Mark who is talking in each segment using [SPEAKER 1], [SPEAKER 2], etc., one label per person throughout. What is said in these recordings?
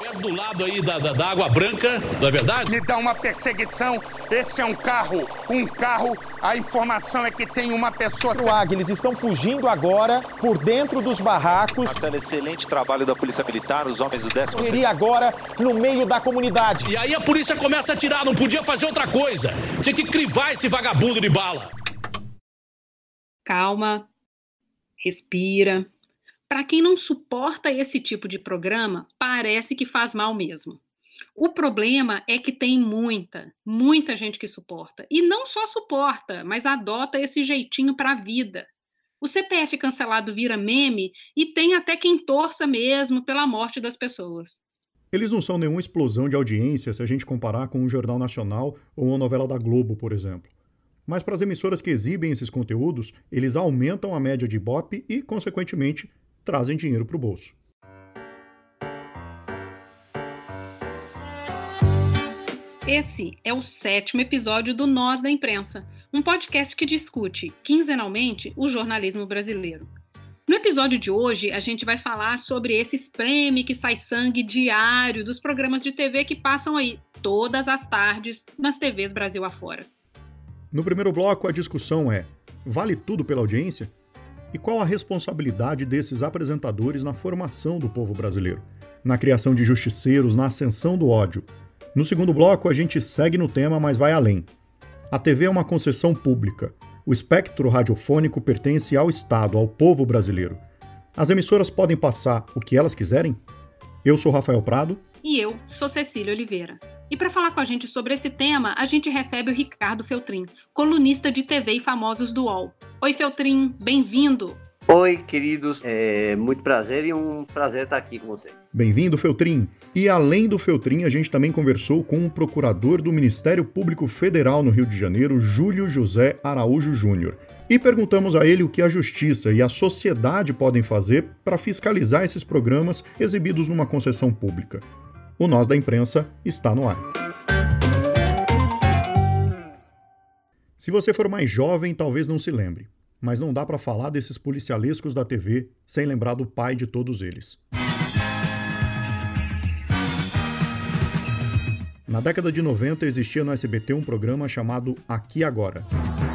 [SPEAKER 1] Do lado aí da Água Branca, não é verdade?
[SPEAKER 2] Me dá uma perseguição, esse é um carro, a informação é que tem uma pessoa...
[SPEAKER 3] Eles estão fugindo agora por dentro dos barracos.
[SPEAKER 4] Excelente trabalho da Polícia Militar, os homens do 10º...
[SPEAKER 3] Iria agora no meio da comunidade.
[SPEAKER 1] E aí a polícia começa a atirar, não podia fazer outra coisa. Tinha que crivar esse vagabundo de bala.
[SPEAKER 5] Calma, respira. Para quem não suporta esse tipo de programa, parece que faz mal mesmo. O problema é que tem muita gente que suporta. E não só suporta, mas adota esse jeitinho para a vida. O CPF cancelado vira meme e tem até quem torça mesmo pela morte das pessoas.
[SPEAKER 6] Eles não são nenhuma explosão de audiência se a gente comparar com um Jornal Nacional ou uma novela da Globo, por exemplo. Mas para as emissoras que exibem esses conteúdos, eles aumentam a média de Ibope e, consequentemente, trazem dinheiro para o bolso.
[SPEAKER 5] Esse é o 7º episódio do Nós da Imprensa, um podcast que discute, quinzenalmente, o jornalismo brasileiro. No episódio de hoje, a gente vai falar sobre esse espreme que sai sangue diário dos programas de TV que passam aí, todas as tardes, nas TVs Brasil afora.
[SPEAKER 6] No primeiro bloco, a discussão é: vale tudo pela audiência? E qual a responsabilidade desses apresentadores na formação do povo brasileiro? Na criação de justiceiros, na ascensão do ódio? No segundo bloco, a gente segue no tema, mas vai além. A TV é uma concessão pública. O espectro radiofônico pertence ao Estado, ao povo brasileiro. As emissoras podem passar o que elas quiserem? Eu sou Rafael Prado.
[SPEAKER 5] E eu sou Cecília Oliveira. E para falar com a gente sobre esse tema, a gente recebe o Ricardo Feltrin, colunista de TV e famosos do UOL. Oi, Feltrin, bem-vindo!
[SPEAKER 7] Oi, queridos, muito prazer e um prazer estar aqui com vocês.
[SPEAKER 6] Bem-vindo, Feltrin. E além do Feltrin, a gente também conversou com o procurador do Ministério Público Federal no Rio de Janeiro, Júlio José Araújo Júnior. E perguntamos a ele o que a Justiça e a sociedade podem fazer para fiscalizar esses programas exibidos numa concessão pública. O Nós da Imprensa está no ar. Se você for mais jovem, talvez não se lembre, mas não dá para falar desses policialescos da TV sem lembrar do pai de todos eles. Na década de 90 existia no SBT um programa chamado Aqui Agora.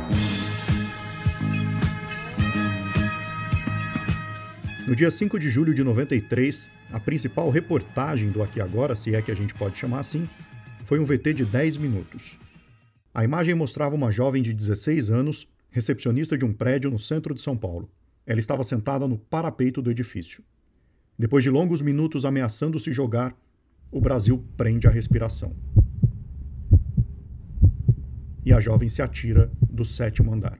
[SPEAKER 6] No dia 5 de julho de 93, a principal reportagem do Aqui Agora, se é que a gente pode chamar assim, foi um VT de 10 minutos. A imagem mostrava uma jovem de 16 anos, recepcionista de um prédio no centro de São Paulo. Ela estava sentada no parapeito do edifício. Depois de longos minutos ameaçando se jogar, o Brasil prende a respiração. E a jovem se atira do 7º andar.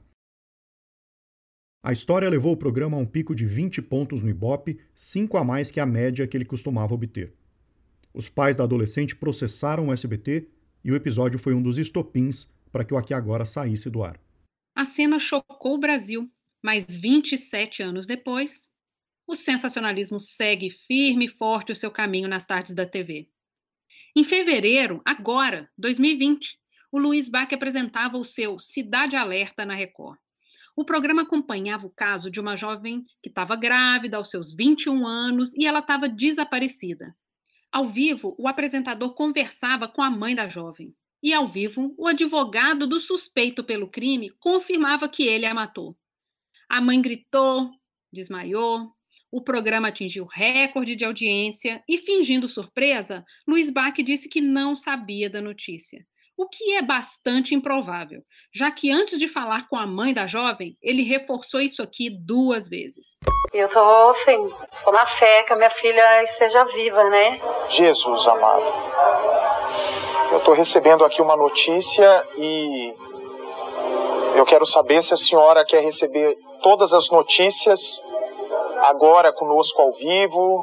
[SPEAKER 6] A história levou o programa a um pico de 20 pontos no Ibope, 5 a mais que a média que ele costumava obter. Os pais da adolescente processaram o SBT e o episódio foi um dos estopins para que o Aqui Agora saísse do ar.
[SPEAKER 5] A cena chocou o Brasil, mas 27 anos depois, o sensacionalismo segue firme e forte o seu caminho nas tardes da TV. Em fevereiro, agora, 2020, o Luiz Bach apresentava o seu Cidade Alerta na Record. O programa acompanhava o caso de uma jovem que estava grávida aos seus 21 anos e ela estava desaparecida. Ao vivo, o apresentador conversava com a mãe da jovem. E, ao vivo, o advogado do suspeito pelo crime confirmava que ele a matou. A mãe gritou, desmaiou, o programa atingiu recorde de audiência e, fingindo surpresa, Luiz Bach disse que não sabia da notícia. O que é bastante improvável, já que antes de falar com a mãe da jovem, ele reforçou isso aqui 2 vezes.
[SPEAKER 8] Eu tô na fé que a minha filha esteja viva, né?
[SPEAKER 9] Jesus amado, eu tô recebendo aqui uma notícia e eu quero saber se a senhora quer receber todas as notícias agora conosco ao vivo.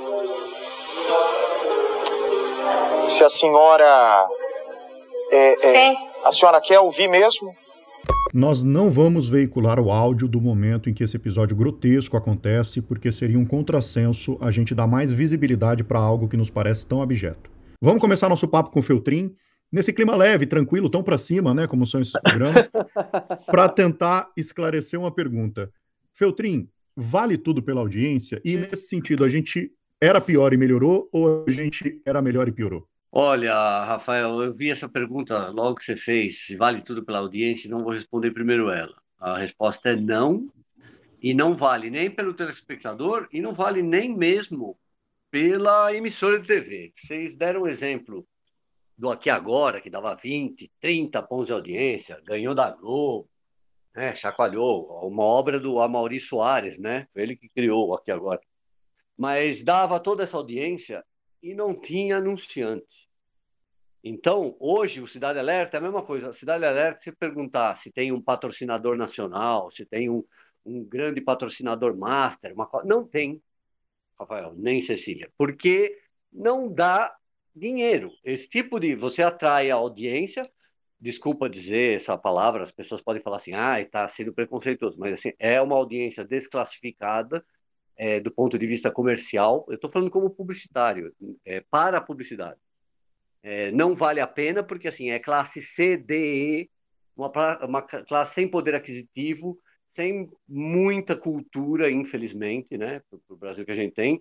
[SPEAKER 9] Se a senhora...
[SPEAKER 8] Sim.
[SPEAKER 9] A senhora quer ouvir mesmo?
[SPEAKER 6] Nós não vamos veicular o áudio do momento em que esse episódio grotesco acontece, porque seria um contrassenso a gente dar mais visibilidade para algo que nos parece tão abjeto. Vamos começar nosso papo com o Feltrin, nesse clima leve, tranquilo, tão para cima, né, como são esses programas, para tentar esclarecer uma pergunta. Feltrin, vale tudo pela audiência? E nesse sentido, a gente era pior e melhorou, ou a gente era melhor e piorou?
[SPEAKER 7] Olha, Rafael, eu vi essa pergunta logo que você fez, se vale tudo pela audiência, não vou responder primeiro ela. A resposta é não, e não vale nem pelo telespectador, e não vale nem mesmo pela emissora de TV. Vocês deram um exemplo do Aqui Agora, que dava 20, 30 pontos de audiência, ganhou da Globo, né, chacoalhou, uma obra do Amaury Soares, né? Foi ele que criou o Aqui Agora. Mas dava toda essa audiência e não tinha anunciante. Então, hoje, o Cidade Alerta é a mesma coisa. Cidade Alerta, se perguntar se tem um patrocinador nacional, se tem um grande patrocinador master, não tem, Rafael, nem Cecília, porque não dá dinheiro. Esse tipo de... Você atrai a audiência, desculpa dizer essa palavra, as pessoas podem falar assim, está sendo preconceituoso, mas assim, é uma audiência desclassificada do ponto de vista comercial. Eu estou falando como publicitário, para a publicidade. Não vale a pena, porque assim, é classe C, D, E, uma classe sem poder aquisitivo, sem muita cultura, infelizmente, né, para o Brasil que a gente tem,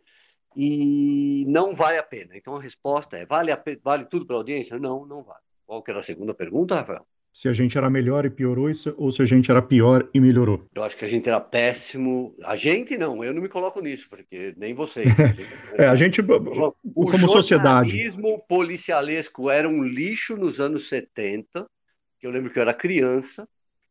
[SPEAKER 7] e não vale a pena. Então a resposta é, vale tudo para a audiência? Não, não vale. Qual que era a segunda pergunta, Rafael?
[SPEAKER 6] Se a gente era melhor e piorou, ou se a gente era pior e melhorou?
[SPEAKER 7] Eu acho que a gente era péssimo. A gente não, eu não me coloco nisso, porque nem vocês.
[SPEAKER 6] A gente como sociedade.
[SPEAKER 7] O jornalismo policialesco era um lixo nos anos 70, que eu lembro que eu era criança,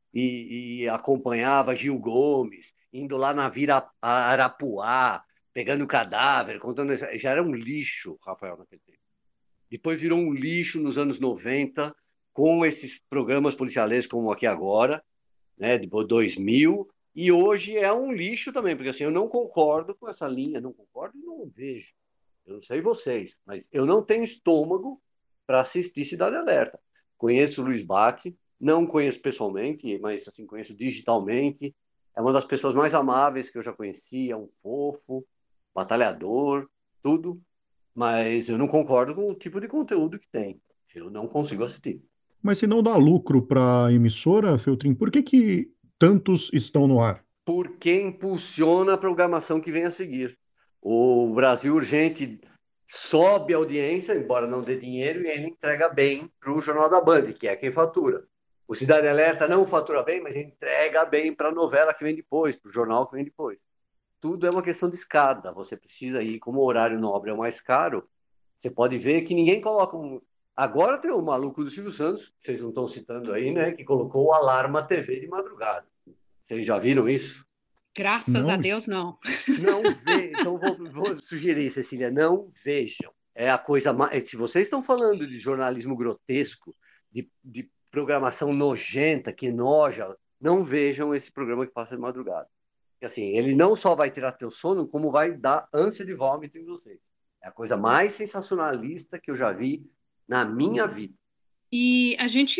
[SPEAKER 7] e acompanhava Gil Gomes, indo lá na Vila Arapuá, pegando cadáver, contando... Já era um lixo, Rafael, naquele tempo. Depois virou um lixo nos anos 90, com esses programas policialescos como Aqui Agora, né, de 2000, e hoje é um lixo também, porque assim, eu não concordo com essa linha, não concordo e não vejo. Eu não sei vocês, mas eu não tenho estômago para assistir Cidade Alerta. Conheço o Luiz Bate, não conheço pessoalmente, mas assim, conheço digitalmente. É uma das pessoas mais amáveis que eu já conheci, é um fofo, batalhador, tudo, mas eu não concordo com o tipo de conteúdo que tem. Eu não consigo assistir.
[SPEAKER 6] Mas se não dá lucro para a emissora, Feltrin, por que tantos estão no ar?
[SPEAKER 7] Porque impulsiona a programação que vem a seguir. O Brasil Urgente sobe a audiência, embora não dê dinheiro, e ele entrega bem para o Jornal da Band, que é quem fatura. O Cidade Alerta não fatura bem, mas entrega bem para a novela que vem depois, para o jornal que vem depois. Tudo é uma questão de escada. Você precisa ir, como o horário nobre é o mais caro, você pode ver que ninguém coloca Agora tem o maluco do Silvio Santos, vocês não estão citando aí, né? Que colocou o Alarma TV de madrugada. Vocês já viram isso?
[SPEAKER 5] Graças a Deus, não.
[SPEAKER 7] Não vejam. Então vou sugerir, Cecília, não vejam. É a coisa mais... Se vocês estão falando de jornalismo grotesco, de programação nojenta, que noja, não vejam esse programa que passa de madrugada. Porque, assim, ele não só vai tirar teu sono, como vai dar ânsia de vômito em vocês. É a coisa mais sensacionalista que eu já vi na minha vida.
[SPEAKER 5] E a gente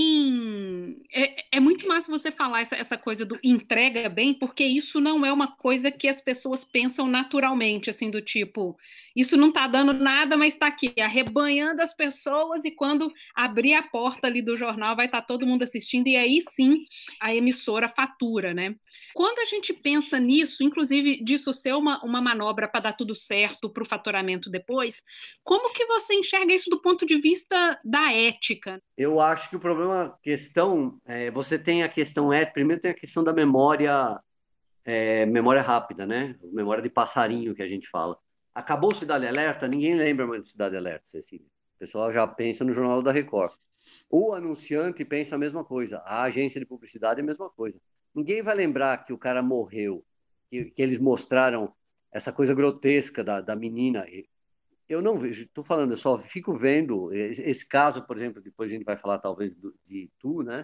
[SPEAKER 5] tem... É muito massa você falar essa coisa do entrega bem, porque isso não é uma coisa que as pessoas pensam naturalmente, assim, do tipo, isso não tá dando nada, mas tá aqui, arrebanhando as pessoas, e quando abrir a porta ali do jornal vai estar todo mundo assistindo, e aí sim a emissora fatura, né? Quando a gente pensa nisso, inclusive disso ser uma manobra para dar tudo certo para o faturamento depois, como que você enxerga isso do ponto de vista da ética?
[SPEAKER 7] Eu acho que o problema, você tem a questão primeiro tem a questão da memória rápida, né? Memória de passarinho que a gente fala. Acabou Cidade Alerta, ninguém lembra mais de Cidade Alerta, Cecília. O pessoal já pensa no Jornal da Record. O anunciante pensa a mesma coisa, a agência de publicidade é a mesma coisa. Ninguém vai lembrar que o cara morreu, que eles mostraram essa coisa grotesca da menina. Eu não vejo, estou falando, eu só fico vendo esse caso, por exemplo, depois a gente vai falar talvez de Itu, né?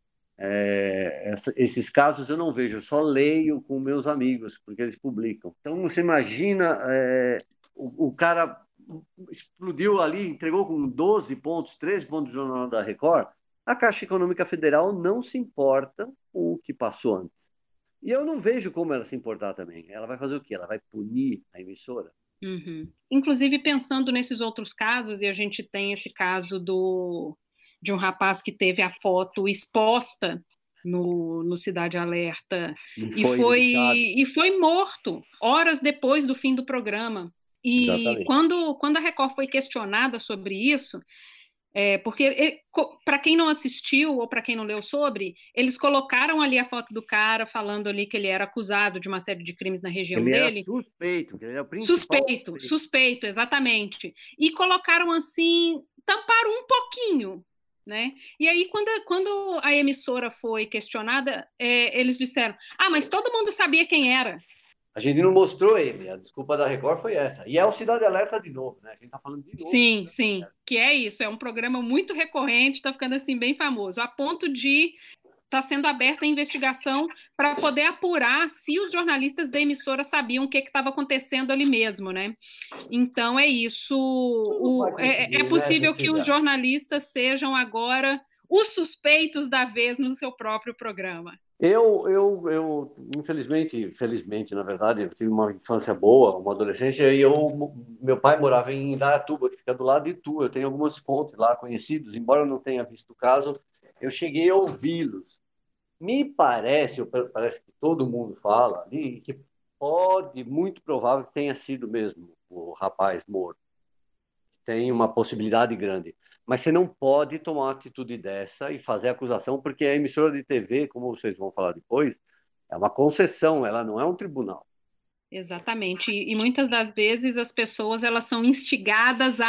[SPEAKER 7] Esses casos eu não vejo, eu só leio com meus amigos, porque eles publicam. Então você imagina, o cara explodiu ali, entregou com 12 pontos, 13 pontos do Jornal da Record, a Caixa Econômica Federal não se importa com o que passou antes. E eu não vejo como ela se importar também. Ela vai fazer o quê? Ela vai punir a emissora?
[SPEAKER 5] Uhum. Inclusive, pensando nesses outros casos, e a gente tem esse caso de um rapaz que teve a foto exposta no Cidade Alerta e foi morto horas depois do fim do programa. E
[SPEAKER 7] Exatamente.
[SPEAKER 5] quando a Record foi questionada sobre isso, porque para quem não assistiu ou para quem não leu sobre, eles colocaram ali a foto do cara falando ali que ele era acusado de uma série de crimes na região
[SPEAKER 7] Ele era
[SPEAKER 5] dele.
[SPEAKER 7] suspeito, que ele era o principal
[SPEAKER 5] Suspeito, exatamente. E colocaram assim, tamparam um pouquinho, né? E aí, quando a emissora foi questionada, eles disseram: ah, mas todo mundo sabia quem era.
[SPEAKER 7] A gente não mostrou ele, a desculpa da Record foi essa. E é o Cidade Alerta de novo, né? A gente está falando de novo.
[SPEAKER 5] Sim, que é isso, é um programa muito recorrente, está ficando assim bem famoso, a ponto de estar sendo aberta a investigação para poder apurar se os jornalistas da emissora sabiam o que estava acontecendo ali mesmo, né? Então é isso. É possível que os jornalistas sejam agora os suspeitos da vez no seu próprio programa.
[SPEAKER 7] Eu felizmente, na verdade, eu tive uma infância boa, uma adolescência, e meu pai morava em Indaiatuba, que fica do lado de Itu. Eu tenho algumas fontes lá conhecidos, embora eu não tenha visto o caso, eu cheguei a ouvi-los. Me parece que todo mundo fala ali, que muito provável que tenha sido mesmo o rapaz morto. Tem uma possibilidade grande. Mas você não pode tomar uma atitude dessa e fazer acusação, porque a emissora de TV, como vocês vão falar depois, é uma concessão, ela não é um tribunal.
[SPEAKER 5] Exatamente. E muitas das vezes as pessoas elas são instigadas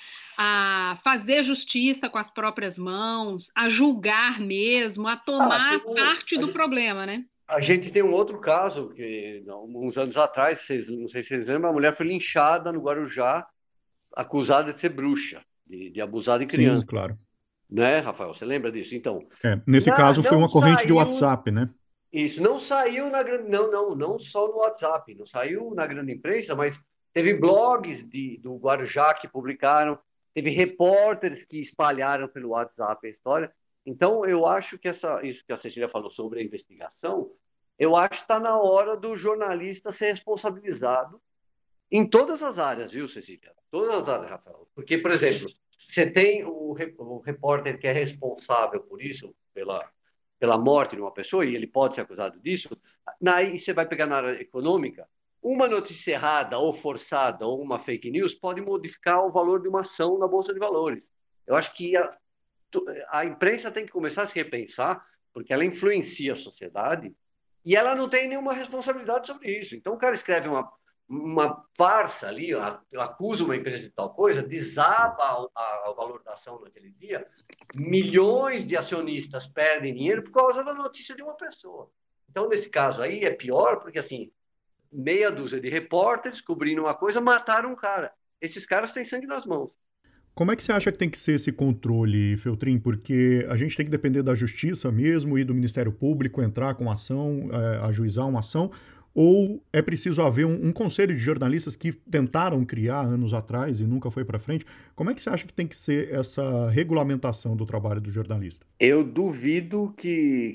[SPEAKER 5] a fazer justiça com as próprias mãos, a julgar mesmo, a tomar parte do problema, né?
[SPEAKER 7] A gente tem um outro caso, que uns anos atrás, não sei se vocês lembram, a mulher foi linchada no Guarujá, acusada de ser bruxa, de abusar de criança.
[SPEAKER 6] Sim, claro.
[SPEAKER 7] Né, Rafael? Você lembra disso? Então,
[SPEAKER 6] nesse caso foi uma corrente de WhatsApp, né?
[SPEAKER 7] Isso, não saiu na grande... Não só no WhatsApp, não saiu na grande imprensa, mas teve blogs do Guarujá que publicaram, teve repórteres que espalharam pelo WhatsApp a história. Então, eu acho que isso que a Cecília falou sobre a investigação, eu acho que está na hora do jornalista ser responsabilizado em todas as áreas, viu, Cecília? Todas as áreas, Rafael. Porque, por exemplo, você tem o repórter que é responsável por isso, pela morte de uma pessoa, e ele pode ser acusado disso. Aí você vai pegar na área econômica, uma notícia errada ou forçada ou uma fake news pode modificar o valor de uma ação na Bolsa de Valores. Eu acho que a imprensa tem que começar a se repensar, porque ela influencia a sociedade e ela não tem nenhuma responsabilidade sobre isso. Então o cara escreve uma farsa ali, acusa uma empresa de tal coisa, desaba o valor da ação naquele dia, milhões de acionistas perdem dinheiro por causa da notícia de uma pessoa. Então, nesse caso aí, é pior, porque assim, meia dúzia de repórteres cobrindo uma coisa, mataram um cara. Esses caras têm sangue nas mãos.
[SPEAKER 6] Como é que você acha que tem que ser esse controle, Feltrin? Porque a gente tem que depender da justiça mesmo e do Ministério Público entrar com ação, ajuizar uma ação, ou é preciso haver um conselho de jornalistas que tentaram criar anos atrás e nunca foi para frente? Como é que você acha que tem que ser essa regulamentação do trabalho do jornalista?
[SPEAKER 7] Eu duvido que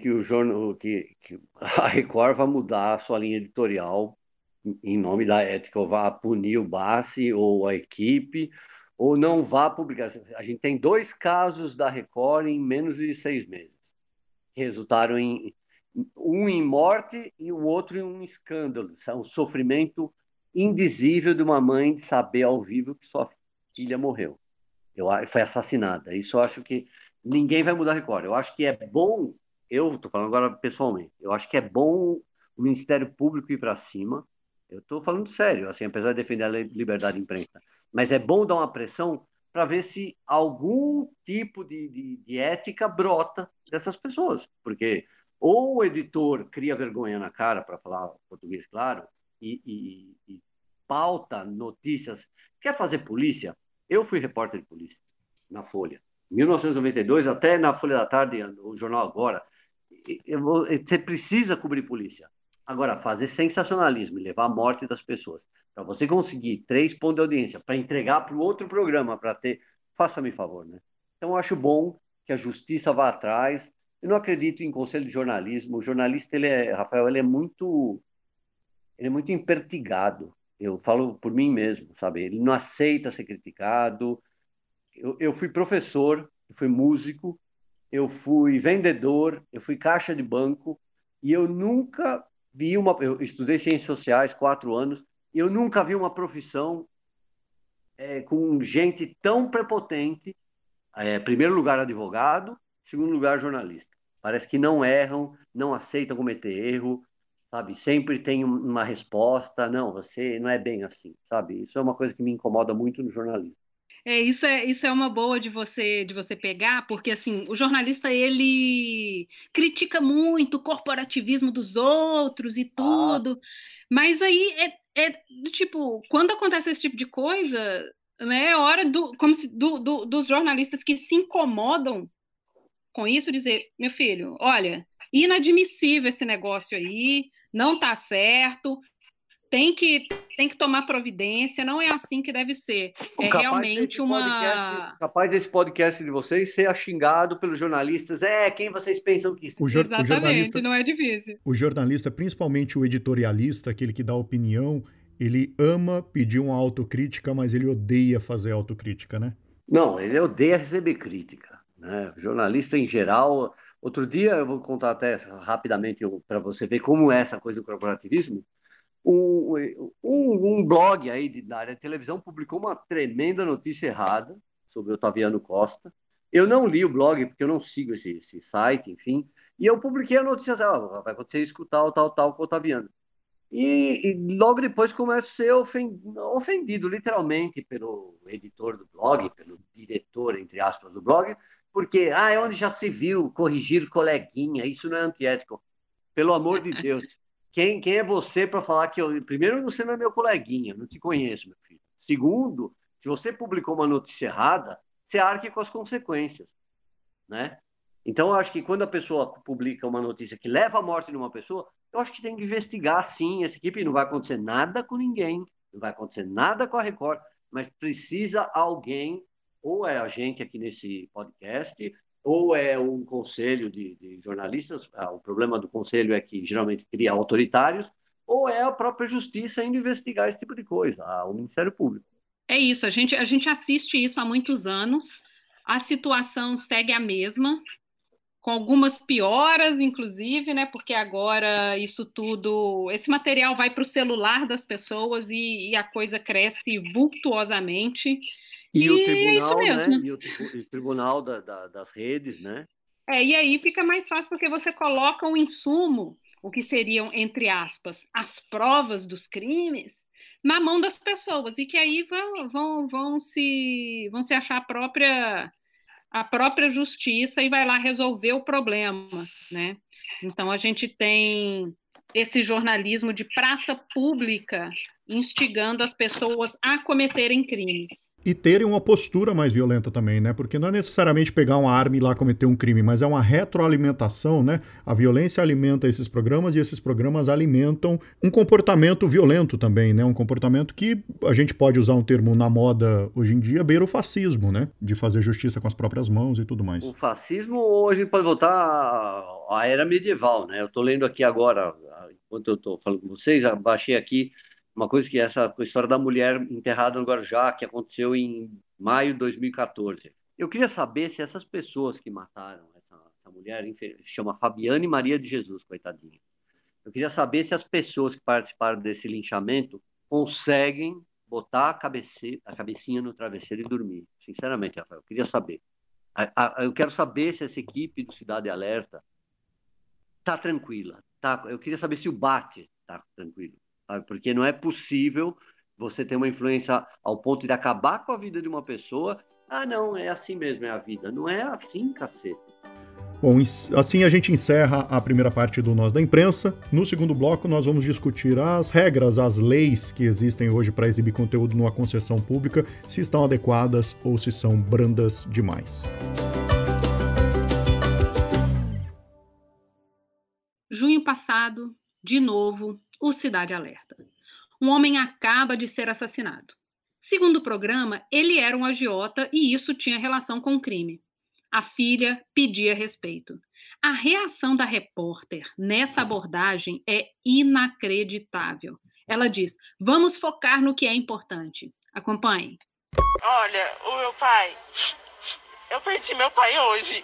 [SPEAKER 7] a Record vá mudar a sua linha editorial em nome da ética, ou vá punir o Bassi ou a equipe, ou não vá publicar. A gente tem 2 casos da Record em menos de 6 meses, que resultaram um em morte e o outro em um escândalo. É um sofrimento indizível de uma mãe de saber ao vivo que sua filha morreu. Foi assassinada. Isso eu acho que ninguém vai mudar a Record. Eu acho que é bom, eu estou falando agora pessoalmente, eu acho que é bom o Ministério Público ir para cima. Eu estou falando sério, assim, apesar de defender a liberdade de imprensa. Mas é bom dar uma pressão para ver se algum tipo de ética brota dessas pessoas. Porque ou o editor cria vergonha na cara, para falar português claro, e pauta notícias. Quer fazer polícia? Eu fui repórter de polícia na Folha. Em 1992, até na Folha da Tarde, o jornal Agora. Você precisa cobrir polícia. Agora, fazer sensacionalismo e levar a morte das pessoas, para você conseguir 3 pontos de audiência, para entregar para o outro programa, para ter... Faça-me favor, né? Então, eu acho bom que a justiça vá atrás. Eu não acredito em conselho de jornalismo. O jornalista, Rafael, ele é muito impertigado. Eu falo por mim mesmo, sabe? Ele não aceita ser criticado. Eu fui professor, eu fui músico, eu fui vendedor, eu fui caixa de banco, e eu nunca vi eu estudei ciências sociais 4 anos, e eu nunca vi uma profissão com gente tão prepotente, primeiro lugar advogado, segundo lugar jornalista. Parece que não erram, não aceitam cometer erro, sabe? Sempre tem uma resposta. Não, você não é bem assim, sabe? Isso é uma coisa que me incomoda muito no jornalismo.
[SPEAKER 5] Isso é uma boa de você pegar, porque assim, o jornalista ele critica muito o corporativismo dos outros e tudo, mas aí do tipo, quando acontece esse tipo de coisa, né, é hora dos jornalistas que se incomodam com isso dizer, meu filho, olha, inadmissível esse negócio aí, não tá certo, tem que tomar providência, não é assim que deve ser. É realmente
[SPEAKER 7] capaz desse podcast de vocês ser xingado pelos jornalistas. Quem vocês pensam que isso?
[SPEAKER 5] Exatamente, não é difícil.
[SPEAKER 6] O jornalista, principalmente o editorialista, aquele que dá opinião, ele ama pedir uma autocrítica, mas ele odeia fazer autocrítica, né?
[SPEAKER 7] Não, ele odeia receber crítica, né? Jornalista em geral. Outro dia, eu vou contar até rapidamente para você ver como é essa coisa do corporativismo. Um blog aí da área de televisão publicou uma tremenda notícia errada sobre o Otaviano Costa. Eu não li o blog, porque eu não sigo esse site, enfim, e eu publiquei a notícia, vai acontecer isso com tal com o Otaviano. E logo depois começo a ser ofendido, literalmente, pelo editor do blog, pelo diretor, entre aspas, do blog, porque, é onde já se viu corrigir coleguinha, isso não é antiético. Pelo amor de Deus. Quem é você para falar que primeiro, você não é meu coleguinha, não te conheço, meu filho. Segundo, se você publicou uma notícia errada, você arque com as consequências, né? Então, eu acho que quando a pessoa publica uma notícia que leva à morte de uma pessoa, eu acho que tem que investigar, sim, essa equipe. Não vai acontecer nada com ninguém, não vai acontecer nada com a Record, mas precisa alguém, ou é a gente aqui nesse podcast, ou é um conselho de jornalistas, o problema do conselho é que geralmente cria autoritários, ou é a própria justiça indo investigar esse tipo de coisa, o Ministério Público.
[SPEAKER 5] É isso, a gente assiste isso há muitos anos, a situação segue a mesma, com algumas pioras, inclusive, né? Porque agora isso tudo, esse material vai para o celular das pessoas e a coisa cresce vultuosamente.
[SPEAKER 7] E o tribunal,
[SPEAKER 5] é isso mesmo.
[SPEAKER 7] Né? E o tribunal das redes, né?
[SPEAKER 5] E aí fica mais fácil porque você coloca o insumo, o que seriam, entre aspas, as provas dos crimes, na mão das pessoas, e que aí vão se achar a própria justiça e vai lá resolver o problema, né? Então a gente tem esse jornalismo de praça pública instigando as pessoas a cometerem crimes.
[SPEAKER 6] E terem uma postura mais violenta também, né? Porque não é necessariamente pegar uma arma e ir lá cometer um crime, mas é uma retroalimentação, né? A violência alimenta esses programas e esses programas alimentam um comportamento violento também, né? Um comportamento que a gente pode usar um termo na moda hoje em dia, beira o fascismo, né? De fazer justiça com as próprias mãos e tudo mais.
[SPEAKER 7] O fascismo hoje pode voltar à era medieval, né? Eu estou lendo aqui agora, enquanto eu estou falando com vocês, baixei aqui uma coisa que é essa história da mulher enterrada no Guarujá, que aconteceu em maio de 2014. Eu queria saber se essas pessoas que mataram essa mulher, chama Fabiane Maria de Jesus, coitadinha. Eu queria saber se as pessoas que participaram desse linchamento conseguem botar a cabecinha no travesseiro e dormir. Sinceramente, Rafael, eu queria saber. Eu quero saber se essa equipe do Cidade Alerta está tranquila. Eu queria saber se o Bate está tranquilo. Porque não é possível você ter uma influência ao ponto de acabar com a vida de uma pessoa. Não, é assim mesmo, é a vida. Não é assim, cacete.
[SPEAKER 6] Bom, assim a gente encerra a primeira parte do Nós da Imprensa. No segundo bloco, nós vamos discutir as regras, as leis que existem hoje para exibir conteúdo numa concessão pública, se estão adequadas ou se são brandas demais.
[SPEAKER 5] Junho passado, de novo, o Cidade Alerta. Um homem acaba de ser assassinado. Segundo o programa, ele era um agiota e isso tinha relação com o crime. A filha pedia respeito. A reação da repórter nessa abordagem é inacreditável. Ela diz, vamos focar no que é importante. Acompanhe.
[SPEAKER 10] Olha, o meu pai... Eu perdi meu pai hoje.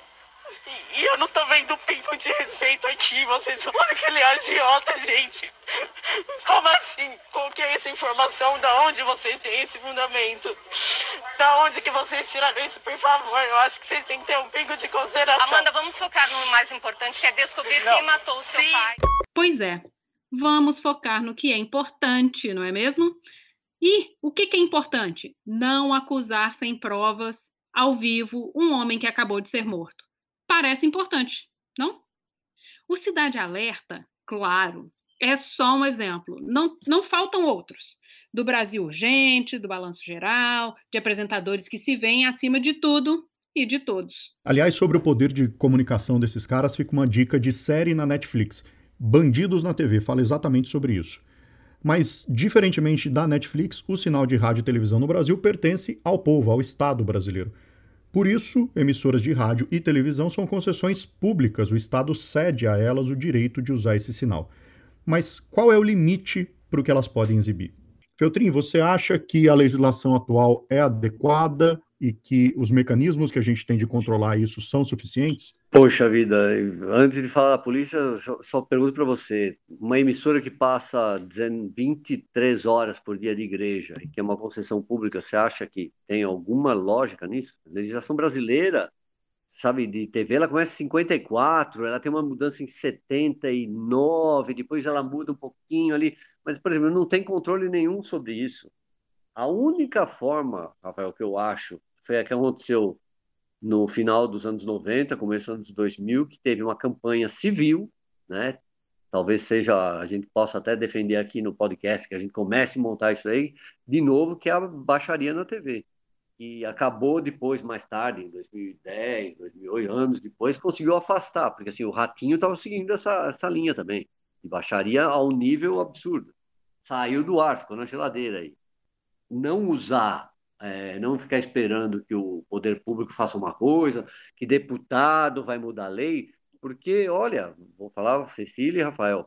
[SPEAKER 10] E eu não tô vendo um pingo de respeito aqui. Vocês falaram que ele é agiota, gente. Como assim? Qual que é essa informação? Da onde vocês têm esse fundamento? Da onde que vocês tiraram isso, por favor? Eu acho que vocês têm que ter um pingo de consideração.
[SPEAKER 11] Amanda, vamos focar no mais importante, que é descobrir quem matou o seu pai.
[SPEAKER 5] Pois é, vamos focar no que é importante, não é mesmo? E o que é importante? Não acusar sem provas, ao vivo, um homem que acabou de ser morto. Parece importante, não? O Cidade Alerta, claro, é só um exemplo. Não faltam outros. Do Brasil Urgente, do Balanço Geral, de apresentadores que se veem acima de tudo e de todos.
[SPEAKER 6] Aliás, sobre o poder de comunicação desses caras, fica uma dica de série na Netflix. Bandidos na TV, fala exatamente sobre isso. Mas, diferentemente da Netflix, o sinal de rádio e televisão no Brasil pertence ao povo, ao Estado brasileiro. Por isso, emissoras de rádio e televisão são concessões públicas, o Estado cede a elas o direito de usar esse sinal. Mas qual é o limite para o que elas podem exibir? Feltrin, você acha que a legislação atual é adequada e que os mecanismos que a gente tem de controlar isso são suficientes?
[SPEAKER 7] Poxa vida, antes de falar da polícia, só pergunto para você, uma emissora que passa 23 horas por dia de igreja e que é uma concessão pública, você acha que tem alguma lógica nisso? A legislação brasileira, sabe, de TV, ela começa em 54, ela tem uma mudança em 79, depois ela muda um pouquinho ali, mas, por exemplo, não tem controle nenhum sobre isso. A única forma, Rafael, que eu acho, foi a que aconteceu no final dos anos 90, começo dos anos 2000, que teve uma campanha civil, né? Talvez seja, a gente possa até defender aqui no podcast, que a gente comece a montar isso aí, de novo, que é a baixaria na TV. E acabou depois, mais tarde, em 2010, 2008, anos depois, conseguiu afastar, porque assim, o Ratinho estava seguindo essa linha também, de baixaria ao nível absurdo. Saiu do ar, ficou na geladeira aí. Não usar, não ficar esperando que o poder público faça uma coisa, que deputado vai mudar a lei, porque, olha, vou falar Cecília e Rafael,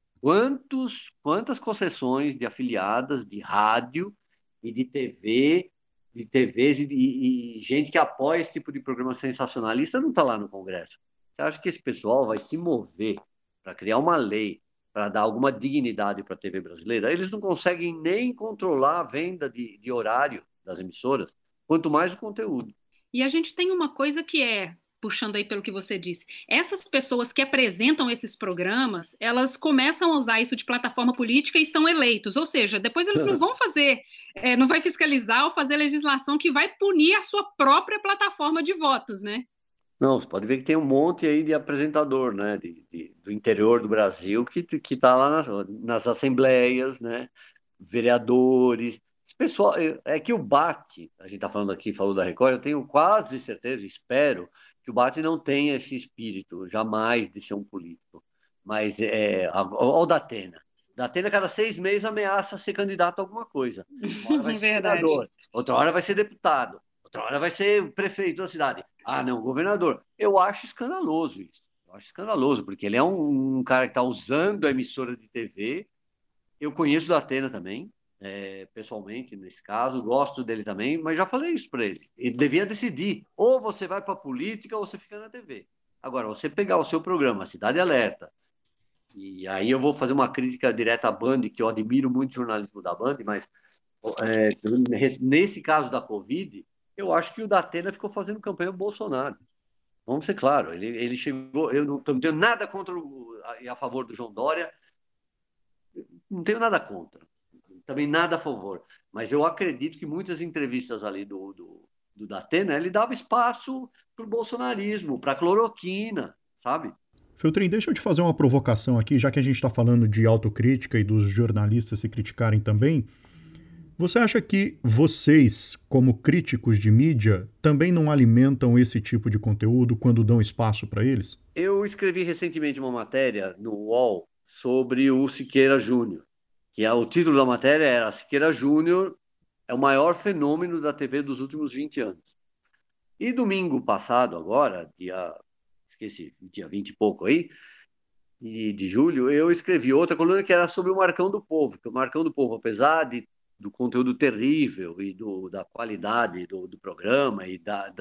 [SPEAKER 7] quantas concessões de afiliadas de rádio e de TV, de TVs e gente que apoia esse tipo de programa sensacionalista não está lá no Congresso. Você acha que esse pessoal vai se mover para criar uma lei para dar alguma dignidade para a TV brasileira? Eles não conseguem nem controlar a venda de horário das emissoras, quanto mais o conteúdo.
[SPEAKER 5] E a gente tem uma coisa que é, puxando aí pelo que você disse, essas pessoas que apresentam esses programas, elas começam a usar isso de plataforma política e são eleitos, ou seja, depois eles não vão fazer, não vai fiscalizar ou fazer legislação que vai punir a sua própria plataforma de votos, né?
[SPEAKER 7] Não, você pode ver que tem um monte aí de apresentador, né, do interior do Brasil que está lá nas assembleias, né, vereadores. Esse pessoal, é que o Bate, a gente está falando aqui, falou da Record, eu tenho quase certeza, espero, que o Bate não tenha esse espírito, jamais de ser um político. Mas, olha o Datena. Datena, cada 6 meses, ameaça ser candidato a alguma coisa. Uma hora vai ser senador, outra hora vai ser deputado, outra hora vai ser prefeito da cidade. Ah, não, governador. Eu acho escandaloso isso. Eu acho escandaloso, porque ele é um cara que está usando a emissora de TV. Eu conheço o Datena também, pessoalmente, nesse caso, gosto dele também, mas já falei isso para ele. Ele devia decidir, ou você vai para a política ou você fica na TV. Agora, você pegar o seu programa, Cidade Alerta, e aí eu vou fazer uma crítica direta à Band, que eu admiro muito o jornalismo da Band, mas nesse caso da Covid, eu acho que o Datena ficou fazendo campanha ao Bolsonaro. Vamos ser claros, ele chegou, eu não tenho nada contra e a favor do João Dória, não tenho nada contra, também nada a favor, mas eu acredito que muitas entrevistas ali do Datena, ele dava espaço para o bolsonarismo, para a cloroquina, sabe?
[SPEAKER 6] Feltrin, deixa eu te fazer uma provocação aqui, já que a gente está falando de autocrítica e dos jornalistas se criticarem também. Você acha que vocês, como críticos de mídia, também não alimentam esse tipo de conteúdo quando dão espaço para eles?
[SPEAKER 7] Eu escrevi recentemente uma matéria no UOL sobre o Siqueira Júnior, que o título da matéria era Siqueira Júnior é o maior fenômeno da TV dos últimos 20 anos. E domingo passado, agora, dia 20 e pouco aí, de julho, eu escrevi outra coluna que era sobre o Marcão do Povo, que o Marcão do Povo, apesar do conteúdo terrível e da qualidade do programa e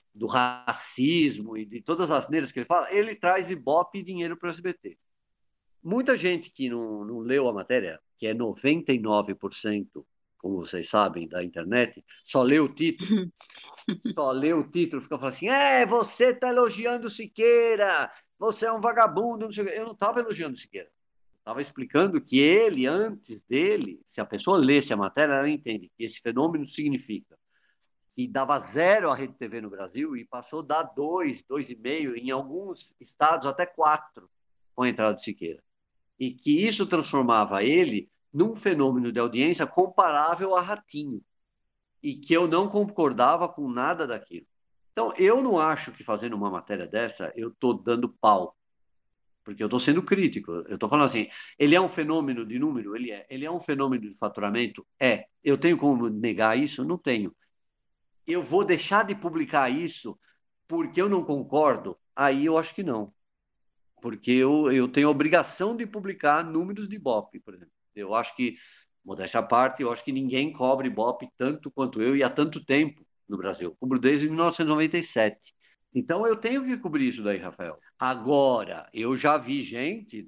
[SPEAKER 7] do racismo e de todas as neiras que ele fala, ele traz Ibope e dinheiro para o SBT. Muita gente que não leu a matéria, que é 99%, como vocês sabem, da internet, só lê o título. Só lê o título, fica falando assim, você está elogiando o Siqueira, você é um vagabundo. Não sei o quê. Eu não estava elogiando o Siqueira. Estava explicando que ele, antes dele, se a pessoa lesse a matéria, ela entende que esse fenômeno significa que dava 0 a Rede TV no Brasil e passou a dar 2, 2,5, em alguns estados até 4 com a entrada do Siqueira. E que isso transformava ele num fenômeno de audiência comparável a Ratinho. E que eu não concordava com nada daquilo. Então, eu não acho que fazendo uma matéria dessa, eu estou dando pau. Porque eu estou sendo crítico. Eu estou falando assim, ele é um fenômeno de número? Ele é. Ele é um fenômeno de faturamento? É. Eu tenho como negar isso? Não tenho. Eu vou deixar de publicar isso porque eu não concordo? Aí eu acho que não. Porque eu tenho a obrigação de publicar números de Ibope, por exemplo. Eu acho que, modéstia à parte, eu acho que ninguém cobre Ibope tanto quanto eu e há tanto tempo no Brasil. Eu cubro desde 1997. Então, eu tenho que cobrir isso daí, Rafael. Agora, eu já vi gente,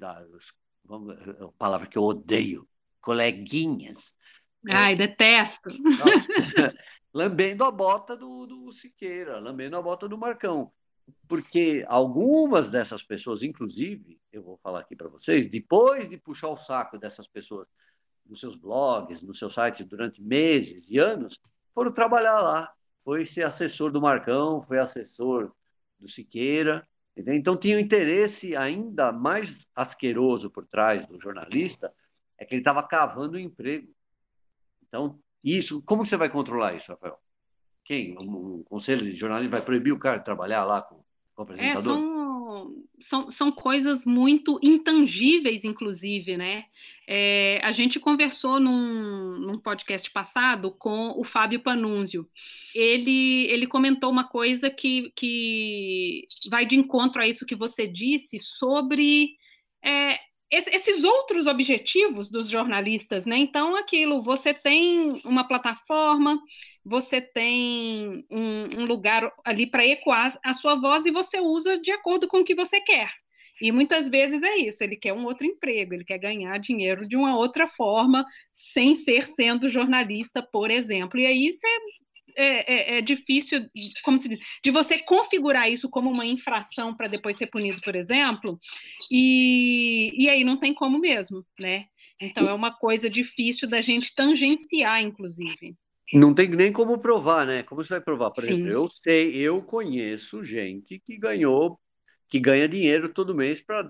[SPEAKER 7] a palavra que eu odeio, coleguinhas.
[SPEAKER 5] Ai, detesto.
[SPEAKER 7] Lambendo a bota do Siqueira, lambendo a bota do Marcão. Porque algumas dessas pessoas, inclusive, eu vou falar aqui para vocês, depois de puxar o saco dessas pessoas nos seus blogs, nos seus sites durante meses e anos, foram trabalhar lá. Foi ser assessor do Marcão, foi assessor do Siqueira. Entendeu? Então tinha um interesse ainda mais asqueroso por trás do jornalista, é que ele estava cavando o emprego. Então, isso, como você vai controlar isso, Rafael? Quem? Um conselho de jornalismo vai proibir o cara de trabalhar lá com o apresentador?
[SPEAKER 5] São coisas muito intangíveis, inclusive, né? A gente conversou num podcast passado com o Fábio Panunzio. Ele comentou uma coisa que vai de encontro a isso que você disse sobre esses outros objetivos dos jornalistas, né? Então, você tem uma plataforma, você tem um lugar ali para ecoar a sua voz e você usa de acordo com o que você quer. E muitas vezes é isso, ele quer um outro emprego, ele quer ganhar dinheiro de uma outra forma, sem ser sendo jornalista, por exemplo. E aí é difícil, como se diz, de você configurar isso como uma infração para depois ser punido, por exemplo, e aí não tem como mesmo, né? Então é uma coisa difícil da gente tangenciar, inclusive.
[SPEAKER 7] Não tem nem como provar, né? Como você vai provar? Por exemplo, eu conheço gente que ganha dinheiro todo mês para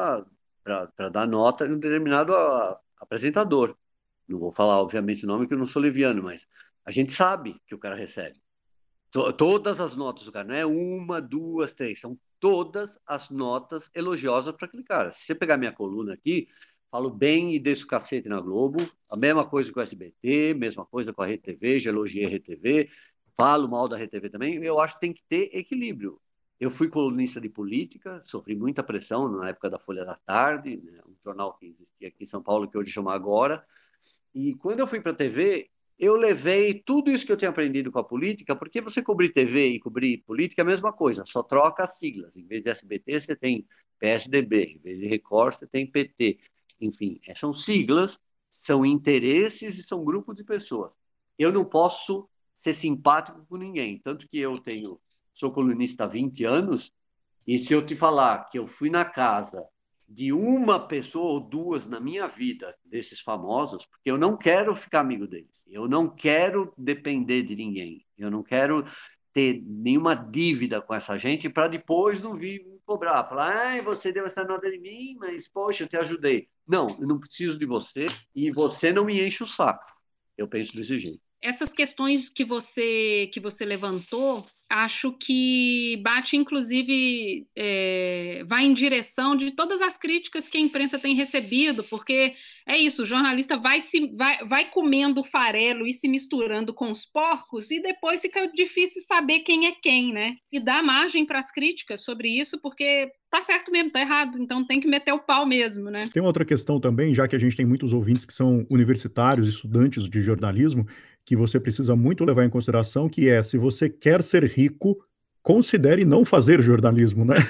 [SPEAKER 7] dar nota em um determinado apresentador. Não vou falar, obviamente, o nome, que eu não sou leviano, mas a gente sabe que o cara recebe. Todas as notas do cara, não é 1, 2, 3, são todas as notas elogiosas para aquele cara. Se você pegar minha coluna aqui, falo bem e desço o cacete na Globo, a mesma coisa com o SBT, mesma coisa com a Rede TV, já elogiei a Rede TV, falo mal da Rede TV também, eu acho que tem que ter equilíbrio. Eu fui colunista de política, sofri muita pressão na época da Folha da Tarde, né, um jornal que existia aqui em São Paulo, que hoje chama Agora, e quando eu fui para a TV, eu levei tudo isso que eu tinha aprendido com a política, porque você cobrir TV e cobrir política é a mesma coisa, só troca as siglas. Em vez de SBT, você tem PSDB, em vez de Record, você tem PT. Enfim, são siglas, são interesses e são grupos de pessoas. Eu não posso ser simpático com ninguém, tanto que sou colunista há 20 anos, e se eu te falar que eu fui na casa de uma pessoa ou duas na minha vida, desses famosos, porque eu não quero ficar amigo deles, eu não quero depender de ninguém, eu não quero ter nenhuma dívida com essa gente para depois não vir me cobrar, falar, você deu essa nota de mim, mas, poxa, eu te ajudei. Não, eu não preciso de você e você não me enche o saco. Eu penso desse jeito.
[SPEAKER 5] Essas questões que você levantou, acho que bate, inclusive, vai em direção de todas as críticas que a imprensa tem recebido, porque é isso, o jornalista vai comendo o farelo e se misturando com os porcos, e depois fica difícil saber quem é quem, né? E dá margem para as críticas sobre isso, porque tá certo mesmo, tá errado, então tem que meter o pau mesmo, né?
[SPEAKER 6] Tem outra questão também, já que a gente tem muitos ouvintes que são universitários, estudantes de jornalismo, que você precisa muito levar em consideração, que se você quer ser rico, considere não fazer jornalismo, né?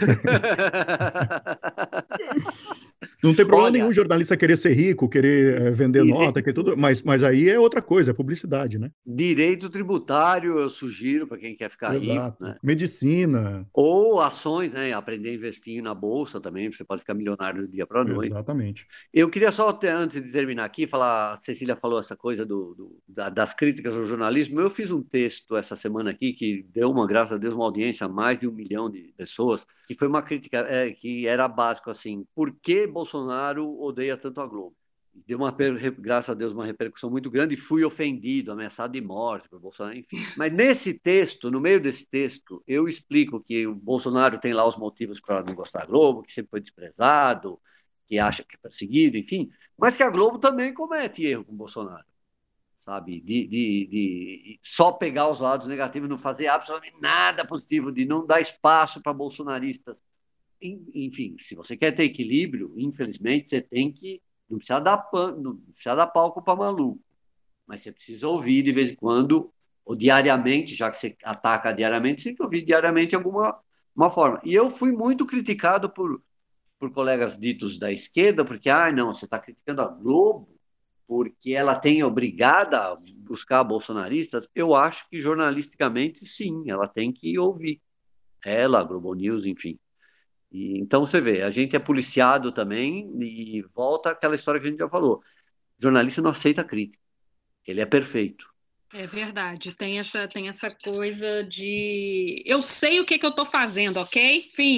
[SPEAKER 6] Não tem problema nenhum jornalista querer ser rico, querer vender nota, que tudo, mas aí é outra coisa, é publicidade, né?
[SPEAKER 7] Direito tributário eu sugiro para quem quer ficar rico, né?
[SPEAKER 6] Medicina.
[SPEAKER 7] Ou ações, né? Aprender a investir na bolsa também, você pode ficar milionário do dia para a noite.
[SPEAKER 6] Exatamente.
[SPEAKER 7] Eu queria só, antes de terminar aqui, falar, a Cecília falou essa coisa das críticas ao jornalismo. Eu fiz um texto essa semana aqui que deu graças a Deus, uma audiência a mais de 1 milhão de pessoas, que foi uma crítica que era básico assim, por que Bolsonaro odeia tanto a Globo? Deu graças a Deus, uma repercussão muito grande e fui ofendido, ameaçado de morte por Bolsonaro, enfim. Mas nesse texto, no meio desse texto, eu explico que o Bolsonaro tem lá os motivos para não gostar da Globo, que sempre foi desprezado, que acha que é perseguido, enfim, mas que a Globo também comete erro com o Bolsonaro, sabe? De só pegar os lados negativos, não fazer absolutamente nada positivo, de não dar espaço para bolsonaristas. Enfim, se você quer ter equilíbrio, infelizmente, você tem que não precisa dar palco para maluco, mas você precisa ouvir de vez em quando, ou diariamente, já que você ataca diariamente, você tem que ouvir diariamente de alguma forma. E eu fui muito criticado por colegas ditos da esquerda, porque, não, você está criticando a Globo porque ela tem obrigada a buscar bolsonaristas. Eu acho que jornalisticamente, sim, ela tem que ouvir. Ela, a Globo News, enfim. Então, você vê, a gente é policiado também e volta àquela história que a gente já falou. O jornalista não aceita crítica. Ele é perfeito.
[SPEAKER 5] É verdade. Tem essa coisa de... Eu sei o que eu estou fazendo, ok? Fim.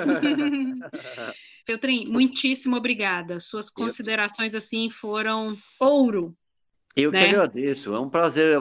[SPEAKER 5] Feltrin, muitíssimo obrigada. Suas considerações, assim, foram ouro.
[SPEAKER 7] Eu que agradeço, é um prazer.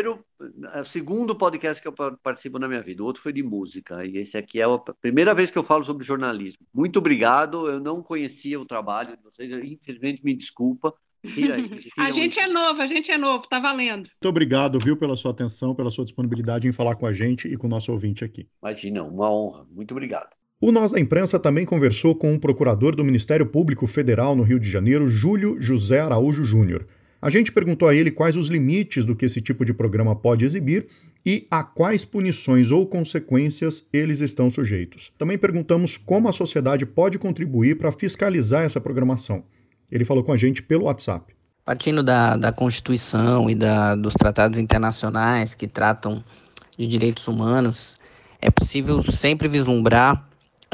[SPEAKER 7] O segundo podcast que eu participo na minha vida, o outro foi de música, e esse aqui é a primeira vez que eu falo sobre jornalismo. Muito obrigado, eu não conhecia o trabalho de vocês, infelizmente me desculpa. Tira aí.
[SPEAKER 5] A gente é novo, tá valendo.
[SPEAKER 6] Muito obrigado, viu, pela sua atenção, pela sua disponibilidade em falar com a gente e com o nosso ouvinte aqui.
[SPEAKER 7] Imagina, uma honra, muito obrigado.
[SPEAKER 6] O Nós da Imprensa também conversou com o procurador do Ministério Público Federal no Rio de Janeiro, Júlio José Araújo Júnior. A gente perguntou a ele quais os limites do que esse tipo de programa pode exibir e a quais punições ou consequências eles estão sujeitos. Também perguntamos como a sociedade pode contribuir para fiscalizar essa programação. Ele falou com a gente pelo WhatsApp.
[SPEAKER 12] Partindo da Constituição e dos tratados internacionais que tratam de direitos humanos, é possível sempre vislumbrar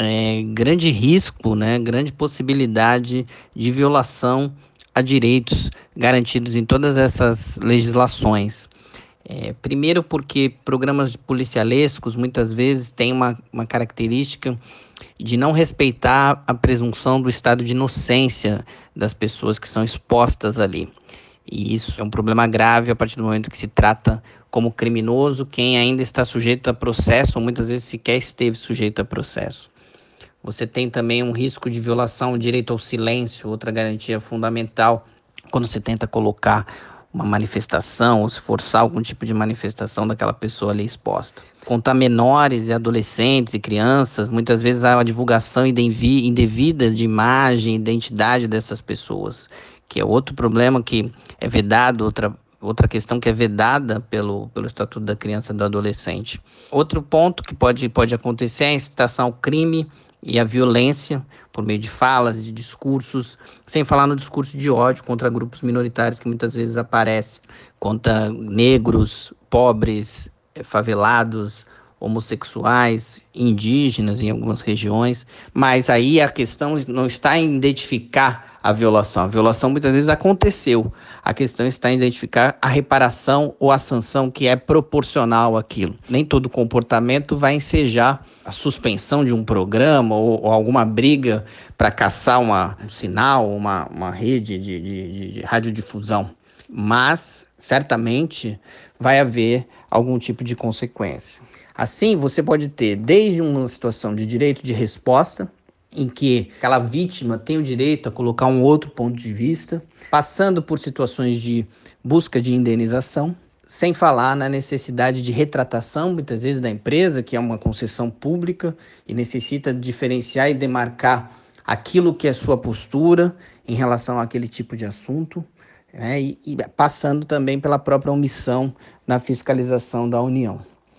[SPEAKER 12] grande risco, grande possibilidade de violação a direitos garantidos em todas essas legislações. Primeiro porque programas policialescos muitas vezes têm uma característica de não respeitar a presunção do estado de inocência das pessoas que são expostas ali. E isso é um problema grave a partir do momento que se trata como criminoso quem ainda está sujeito a processo ou muitas vezes sequer esteve sujeito a processo. Você tem também um risco de violação ao direito ao silêncio, outra garantia fundamental, quando você tenta colocar uma manifestação ou se forçar algum tipo de manifestação daquela pessoa ali exposta. Quanto a menores e adolescentes e crianças, muitas vezes há uma divulgação indevida de imagem e identidade dessas pessoas, que é outro problema que é vedado, outra questão que é vedada pelo Estatuto da Criança e do Adolescente. Outro ponto que pode acontecer é a incitação ao crime e a violência por meio de falas, de discursos, sem falar no discurso de ódio contra grupos minoritários que muitas vezes aparecem, contra negros, pobres, favelados, homossexuais, indígenas em algumas regiões. Mas aí a questão não está em identificar a violação. A violação muitas vezes aconteceu. A questão está em identificar a reparação ou a sanção que é proporcional àquilo. Nem todo comportamento vai ensejar a suspensão de um programa ou alguma briga para caçar um sinal, uma rede de radiodifusão. Mas, certamente, vai haver algum tipo de consequência. Assim, você pode ter desde uma situação de direito de resposta, em que aquela vítima tem o direito a colocar um outro ponto de vista, passando por situações de busca de indenização, sem falar na necessidade de retratação, muitas vezes, da empresa, que é uma concessão pública e necessita diferenciar e demarcar aquilo que é sua postura em relação àquele tipo de assunto, e passando também pela própria omissão na fiscalização da União.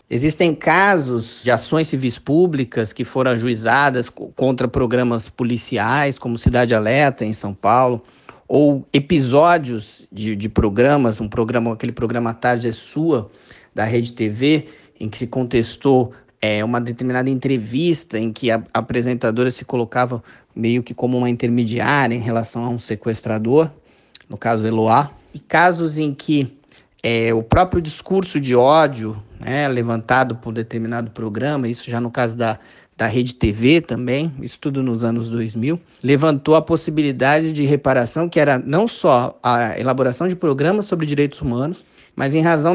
[SPEAKER 12] Existem casos de ações civis públicas que foram ajuizadas contra programas policiais, como Cidade Alerta, em São Paulo, ou episódios de programas, aquele programa A Tarde é Sua, da Rede TV, em que se contestou uma determinada entrevista em que a apresentadora se colocava meio que como uma intermediária em relação a um sequestrador, no caso Eloá, e casos em que o próprio discurso de ódio, né, levantado por determinado programa, isso já no caso da Rede TV também, isso tudo nos anos 2000, levantou a possibilidade de reparação, que era não só a elaboração de programas sobre direitos humanos, mas em razão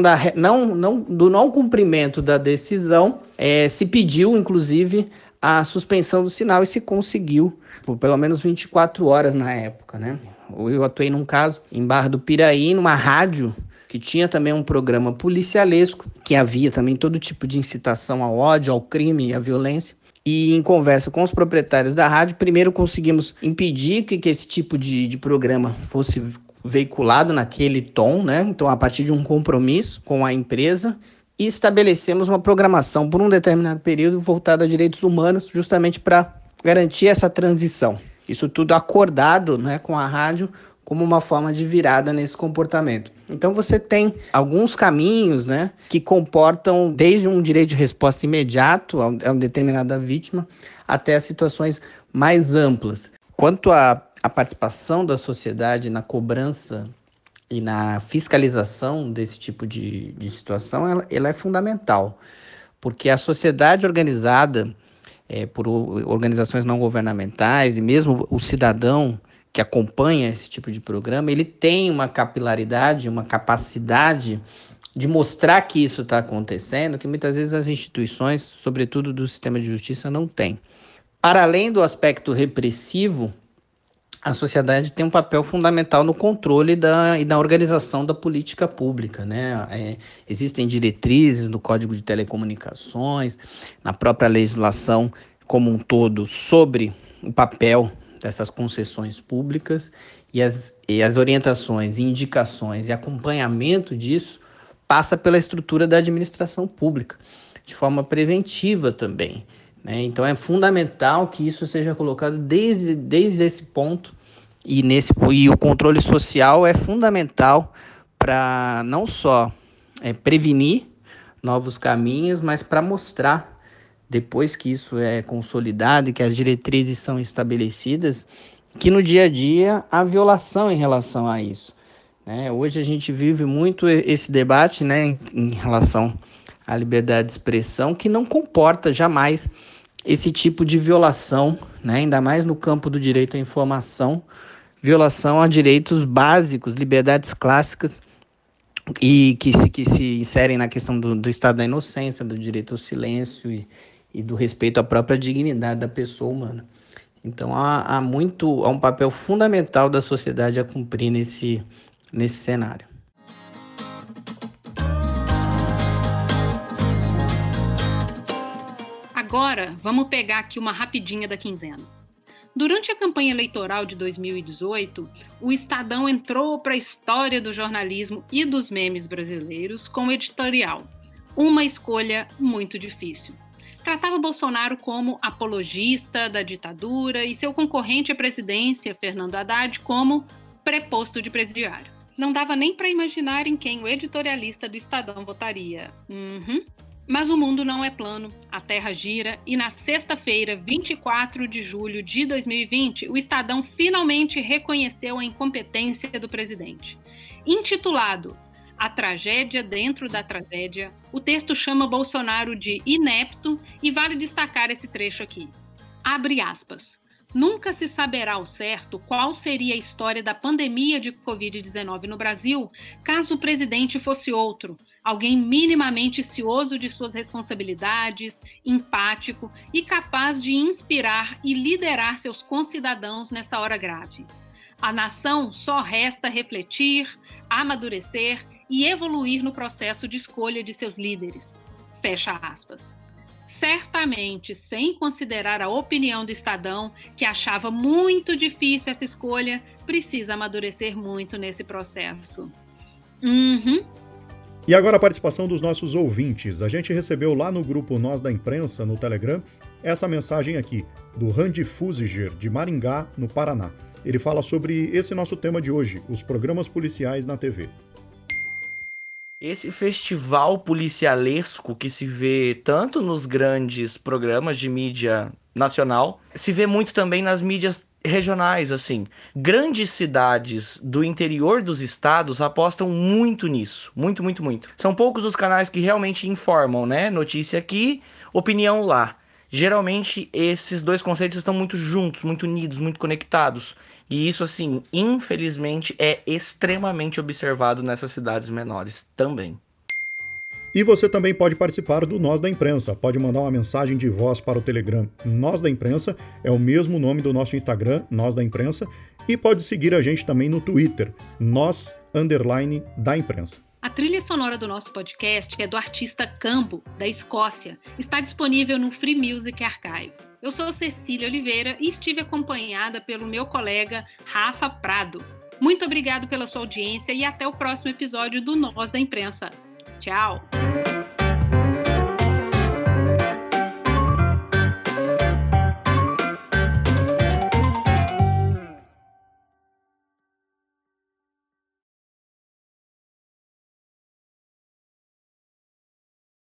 [SPEAKER 12] do não cumprimento da decisão, se pediu, inclusive, a suspensão do sinal e se conseguiu, por pelo menos 24 horas na época, né? Eu atuei num caso em Barra do Piraí, numa rádio, que tinha também um programa policialesco, que havia também todo tipo de incitação ao ódio, ao crime e à violência. E em conversa com os proprietários da rádio, primeiro conseguimos impedir que esse tipo de programa fosse veiculado naquele tom, né? Então, a partir de um compromisso com a empresa, e estabelecemos uma programação por um determinado período voltada a direitos humanos, justamente para garantir essa transição. Isso tudo acordado, né, com a rádio, como uma forma de virada nesse comportamento. Então você tem alguns caminhos, né, que comportam desde um direito de resposta imediato a uma determinada vítima até as situações mais amplas. Quanto à participação da sociedade na cobrança e na fiscalização desse tipo de situação, ela é fundamental, porque a sociedade organizada por organizações não governamentais e mesmo o cidadão que acompanha esse tipo de programa, ele tem uma capilaridade, uma capacidade de mostrar que isso está acontecendo, que muitas vezes as instituições, sobretudo do sistema de justiça, não têm. Para além do aspecto repressivo, a sociedade tem um papel fundamental no controle e da organização da política pública, né? Existem diretrizes no Código de Telecomunicações, na própria legislação como um todo, sobre o papel dessas concessões públicas e as orientações, indicações e acompanhamento disso passa pela estrutura da administração pública, de forma preventiva também, né? Então é fundamental que isso seja colocado desde esse ponto e o controle social é fundamental para não só prevenir novos caminhos, mas para mostrar, depois que isso é consolidado e que as diretrizes são estabelecidas, que no dia a dia há violação em relação a isso, né? Hoje a gente vive muito esse debate, né, em relação à liberdade de expressão, que não comporta jamais esse tipo de violação, né, ainda mais no campo do direito à informação, violação a direitos básicos, liberdades clássicas, e que se inserem na questão do estado da inocência, do direito ao silêncio e do respeito à própria dignidade da pessoa humana. Então há um papel fundamental da sociedade a cumprir nesse cenário.
[SPEAKER 5] Agora, vamos pegar aqui uma rapidinha da quinzena. Durante a campanha eleitoral de 2018, o Estadão entrou para a história do jornalismo e dos memes brasileiros com o editorial Uma Escolha Muito Difícil. Tratava Bolsonaro como apologista da ditadura e seu concorrente à presidência, Fernando Haddad, como preposto de presidiário. Não dava nem para imaginar em quem o editorialista do Estadão votaria. Mas o mundo não é plano, a Terra gira e na sexta-feira, 24 de julho de 2020, o Estadão finalmente reconheceu a incompetência do presidente. Intitulado A Tragédia Dentro da Tragédia, o texto chama Bolsonaro de inepto e vale destacar esse trecho aqui. Abre aspas. Nunca se saberá ao certo qual seria a história da pandemia de Covid-19 no Brasil caso o presidente fosse outro, alguém minimamente cioso de suas responsabilidades, empático e capaz de inspirar e liderar seus concidadãos nessa hora grave. A nação só resta refletir, amadurecer e evoluir no processo de escolha de seus líderes. Fecha aspas. Certamente, sem considerar a opinião do Estadão, que achava muito difícil essa escolha, precisa amadurecer muito nesse processo.
[SPEAKER 6] E agora a participação dos nossos ouvintes. A gente recebeu lá no grupo Nós da Imprensa, no Telegram, essa mensagem aqui, do Randy Fusiger, de Maringá, no Paraná. Ele fala sobre esse nosso tema de hoje, os programas policiais na TV.
[SPEAKER 13] Esse festival policialesco que se vê tanto nos grandes programas de mídia nacional, se vê muito também nas mídias regionais, assim. Grandes cidades do interior dos estados apostam muito nisso. Muito, muito, muito. São poucos os canais que realmente informam, né? Notícia aqui, opinião lá. Geralmente, esses dois conceitos estão muito juntos, muito unidos, muito conectados. E isso, assim, infelizmente, é extremamente observado nessas cidades menores também.
[SPEAKER 6] E você também pode participar do Nós da Imprensa. Pode mandar uma mensagem de voz para o Telegram Nós da Imprensa, é o mesmo nome do nosso Instagram, Nós da Imprensa, e pode seguir a gente também no Twitter, Nós_da Imprensa.
[SPEAKER 5] A trilha sonora do nosso podcast é do artista Cambo, da Escócia. Está disponível no Free Music Archive. Eu sou Cecília Oliveira e estive acompanhada pelo meu colega Rafa Prado. Muito obrigado pela sua audiência e até o próximo episódio do Nós da Imprensa. Tchau!